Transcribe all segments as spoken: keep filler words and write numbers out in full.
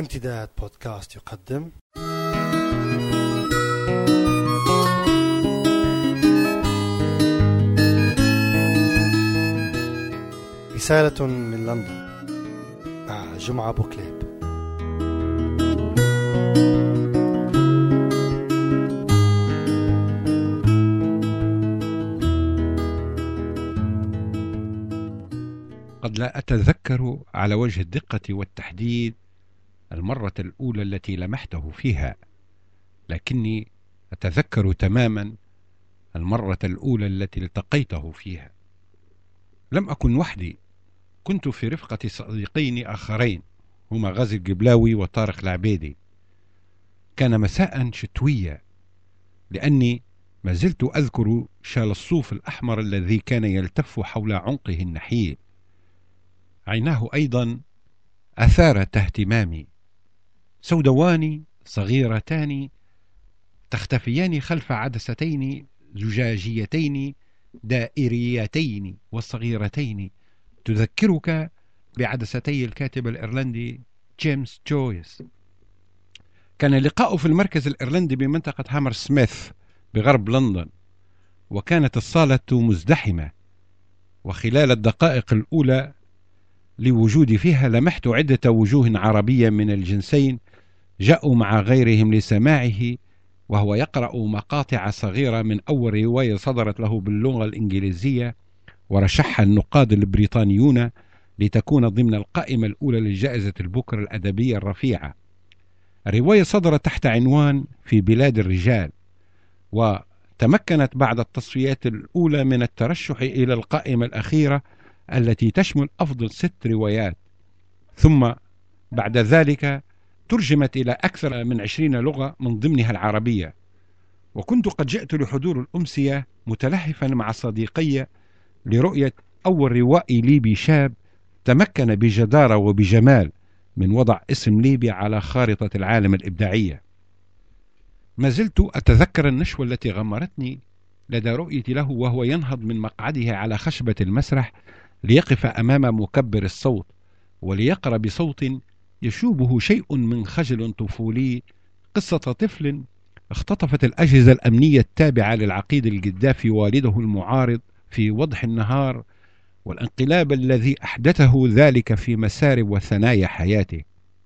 امتداد بودكاست يقدم رسالة من لندن مع جمعة بوكليب. قد لا أتذكر على وجه الدقة والتحديد المرة الأولى التي لمحته فيها، لكني أتذكر تماما المرة الأولى التي التقيته فيها. لم أكن وحدي، كنت في رفقة صديقين آخرين هما غازي القبلاوي وطارق العبيدي. كان مساء شتوية، لأني ما زلت أذكر شال الصوف الأحمر الذي كان يلتف حول عنقه النحيل. عيناه أيضا أثارتا اهتمامي، سودوان صغيرتان تختفيان خلف عدستين زجاجيتين دائريتين وصغيرتين، تذكرك بعدستي الكاتب الإيرلندي جيمس جويس. كان اللقاء في المركز الإيرلندي بمنطقة هامر سميث بغرب لندن، وكانت الصالة مزدحمة، وخلال الدقائق الأولى لوجودي فيها لمحت عدة وجوه عربية من الجنسين جاءوا مع غيرهم لسماعه، وهو يقرأ مقاطع صغيرة من أول رواية صدرت له باللغة الإنجليزية ورشحها النقاد البريطانيون لتكون ضمن القائمة الأولى لجائزة البوكر الأدبية الرفيعة. الرواية صدرت تحت عنوان في بلاد الرجال، وتمكنت بعد التصفيات الأولى من الترشح إلى القائمة الأخيرة التي تشمل أفضل ست روايات، ثم بعد ذلك ترجمت إلى أكثر من عشرين لغة من ضمنها العربية. وكنت قد جئت لحضور الأمسية متلهفا مع صديقي لرؤية أول روائي ليبي شاب تمكن بجدارة وبجمال من وضع اسم ليبي على خارطة العالم الإبداعية. ما زلت أتذكر النشوة التي غمرتني لدى رؤيتي له وهو ينهض من مقعده على خشبة المسرح ليقف أمام مكبر الصوت وليقرأ بصوت يشوبه شيء من خجل طفولي قصة طفل اختطفت الأجهزة الأمنية التابعة للعقيد القذافي والده المعارض في وضح النهار، والانقلاب الذي أحدثه ذلك في مسار وثنايا حياته.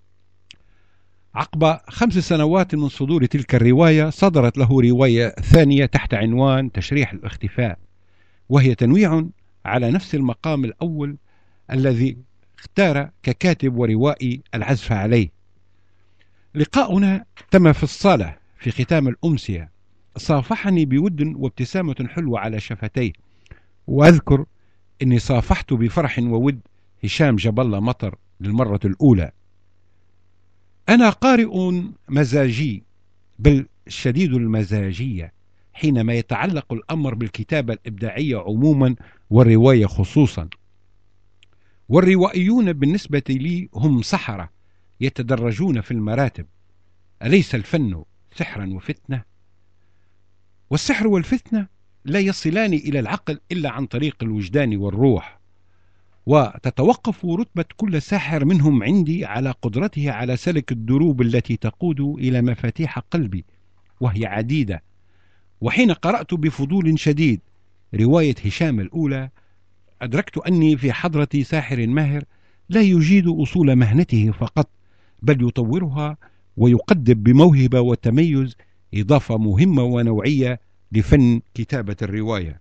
عقب خمس سنوات من صدور تلك الرواية صدرت له رواية ثانية تحت عنوان تشريح الاختفاء، وهي تنويع على نفس المقام الأول الذي اختار ككاتب وروائي العزف عليه. لقاؤنا تم في الصالة في ختام الأمسية، صافحني بود وابتسامة حلوة على شفتيه، وأذكر أني صافحت بفرح وود هشام جبل مطر للمرة الأولى. أنا قارئ مزاجي، بل شديد المزاجية حينما يتعلق الأمر بالكتابة الإبداعية عموما والرواية خصوصا. والروائيون بالنسبة لي هم سحرة يتدرجون في المراتب. أليس الفن سحرا وفتنة؟ والسحر والفتنة لا يصلان إلى العقل إلا عن طريق الوجدان والروح، وتتوقف رتبة كل ساحر منهم عندي على قدرته على سلك الدروب التي تقود إلى مفاتيح قلبي، وهي عديدة. وحين قرأت بفضول شديد رواية هشام الأولى أدركت أني في حضرة ساحر ماهر لا يجيد أصول مهنته فقط، بل يطورها ويقدم بموهبة وتميز إضافة مهمة ونوعية لفن كتابة الرواية.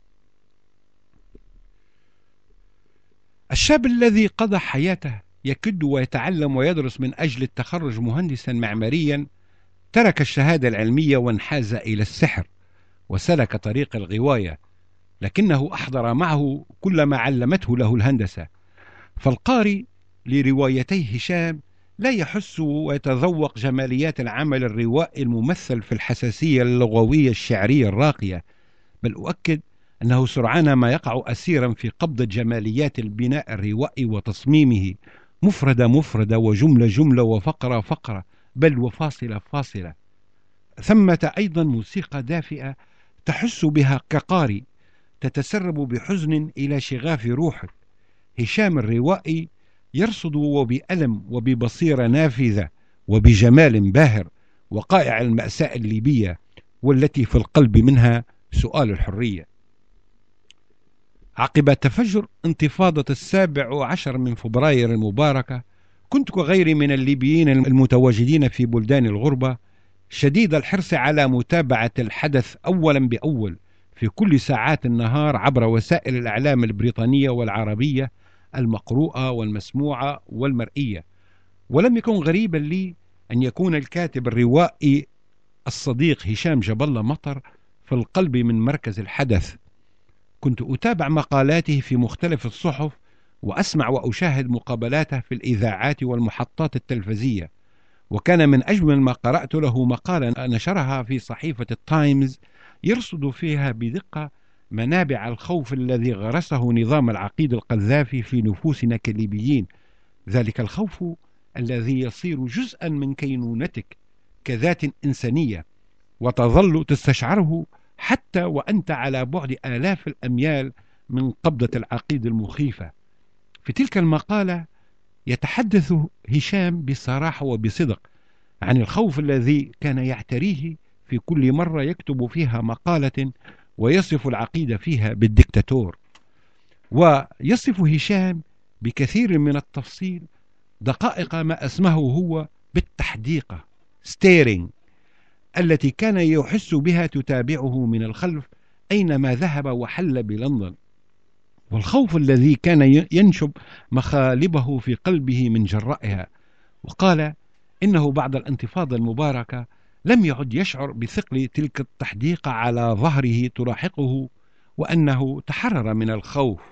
الشاب الذي قضى حياته يكد ويتعلم ويدرس من أجل التخرج مهندسا معماريا ترك الشهادة العلمية وانحاز إلى السحر وسلك طريق الغواية، لكنه أحضر معه كل ما علمته له الهندسة. فالقارئ لروايتي هشام لا يحس ويتذوق جماليات العمل الروائي الممثل في الحساسية اللغوية الشعرية الراقية، بل أؤكد أنه سرعان ما يقع أسيرا في قبضة جماليات البناء الروائي وتصميمه مفردة مفردة وجملة جملة وفقرة فقرة، بل وفاصلة فاصلة. ثمة أيضا موسيقى دافئة تحس بها كقارئ تتسرب بحزن إلى شغاف روحك. هشام الروائي يرصد وبألم وببصيرة نافذة وبجمال باهر وقائع المأساة الليبية، والتي في القلب منها سؤال الحرية. عقب تفجر انتفاضة السابع عشر من فبراير المباركة، كنت كغيري من الليبيين المتواجدين في بلدان الغربة شديد الحرص على متابعة الحدث أولا بأول في كل ساعات النهار عبر وسائل الإعلام البريطانية والعربية المقروءة والمسموعة والمرئية. ولم يكن غريبا لي أن يكون الكاتب الروائي الصديق هشام جاب الله مطر في القلب من مركز الحدث. كنت أتابع مقالاته في مختلف الصحف وأسمع وأشاهد مقابلاته في الإذاعات والمحطات التلفزية، وكان من أجمل ما قرأت له مقالة نشرها في صحيفة التايمز يرصد فيها بدقة منابع الخوف الذي غرسه نظام العقيد القذافي في نفوسنا كليبيين، ذلك الخوف الذي يصير جزءا من كينونتك كذات إنسانية وتظل تستشعره حتى وأنت على بعد آلاف الأميال من قبضة العقيد المخيفة. في تلك المقالة يتحدث هشام بصراحة وبصدق عن الخوف الذي كان يعتريه في كل مرة يكتب فيها مقالة ويصف العقيدة فيها بالدكتاتور. ويصف هشام بكثير من التفصيل دقائق ما أسمه هو بالتحديقة ستيرينج التي كان يحس بها تتابعه من الخلف أينما ذهب وحل بلندن، والخوف الذي كان ينشب مخالبه في قلبه من جرائها. وقال إنه بعد الانتفاضة المباركة لم يعد يشعر بثقل تلك التحديقة على ظهره تلاحقه، وأنه تحرر من الخوف.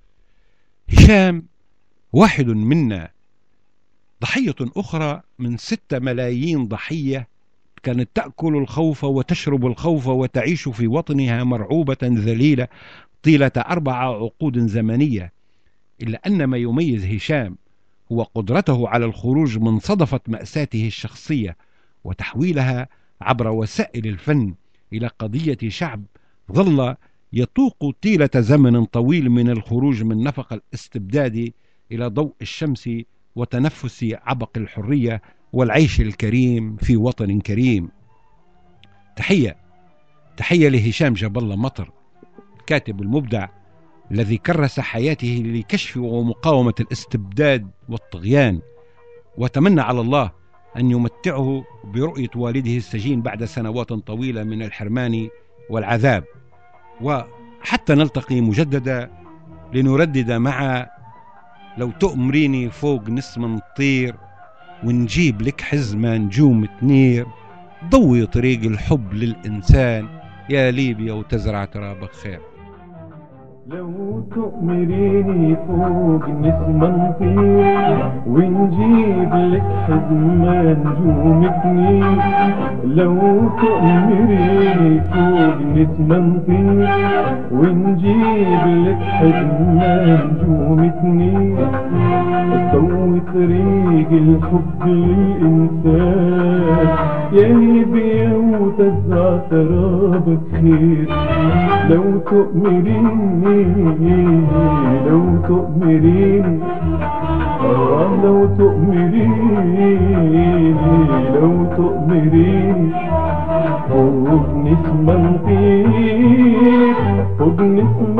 هشام واحد منا، ضحية أخرى من ستة ملايين ضحية كانت تأكل الخوف وتشرب الخوف وتعيش في وطنها مرعوبة ذليلة طيلة أربع عقود زمنية. إلا أن ما يميز هشام هو قدرته على الخروج من صدفة مأساته الشخصية وتحويلها عبر وسائل الفن إلى قضية شعب ظل يطوق طيلة زمن طويل من الخروج من نفق الاستبداد إلى ضوء الشمس وتنفس عبق الحرية والعيش الكريم في وطن كريم. تحية تحية لهشام جاب الله مطر، الكاتب المبدع الذي كرس حياته لكشف ومقاومة الاستبداد والطغيان، وتمنى على الله أن يمتعه برؤية والده السجين بعد سنوات طويلة من الحرمان والعذاب. وحتى نلتقي مجددا لنردد مع لو تؤمريني فوق نسمة نطير ونجيب لك حزمة نجوم تنير، ضوي طريق الحب للإنسان يا ليبيا وتزرع ترابك خير. لو تؤمريني فوق نسمة نطير ونجيب لك حزمة نجوم تنير، لو تؤمريني فوق نسمة نطير ونجيب لك حزمة نجوم تنير، ضوي طريق الحب للإنسان يا ليبيا وتزرع ترابك خير. لو تؤمريني لو تؤمريني آه لو تؤمريني لو تؤمريني فوق نسمة نطير فوق نسمة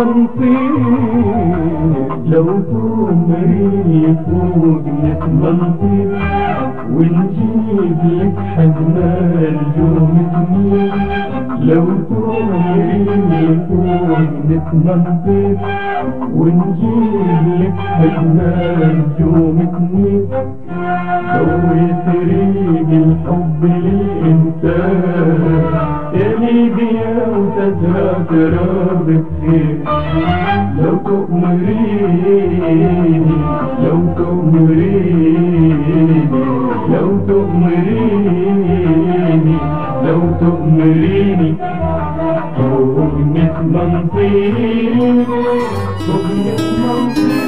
نطير، لو تؤمريني فوق نسمة نطير ونجيب لك حزمة نجوم تنير، لو تؤمريني فوق نسمة نطير ونجيب لك حزمة نجوم تنير، ضوي طريق الحب للإنسان يا ليبيا وتزرع ترابك خير. لو تؤمريني لو تؤمريني لو تؤمريني لو تؤمريني فوق نسمة نطير فوق نسمة نطير.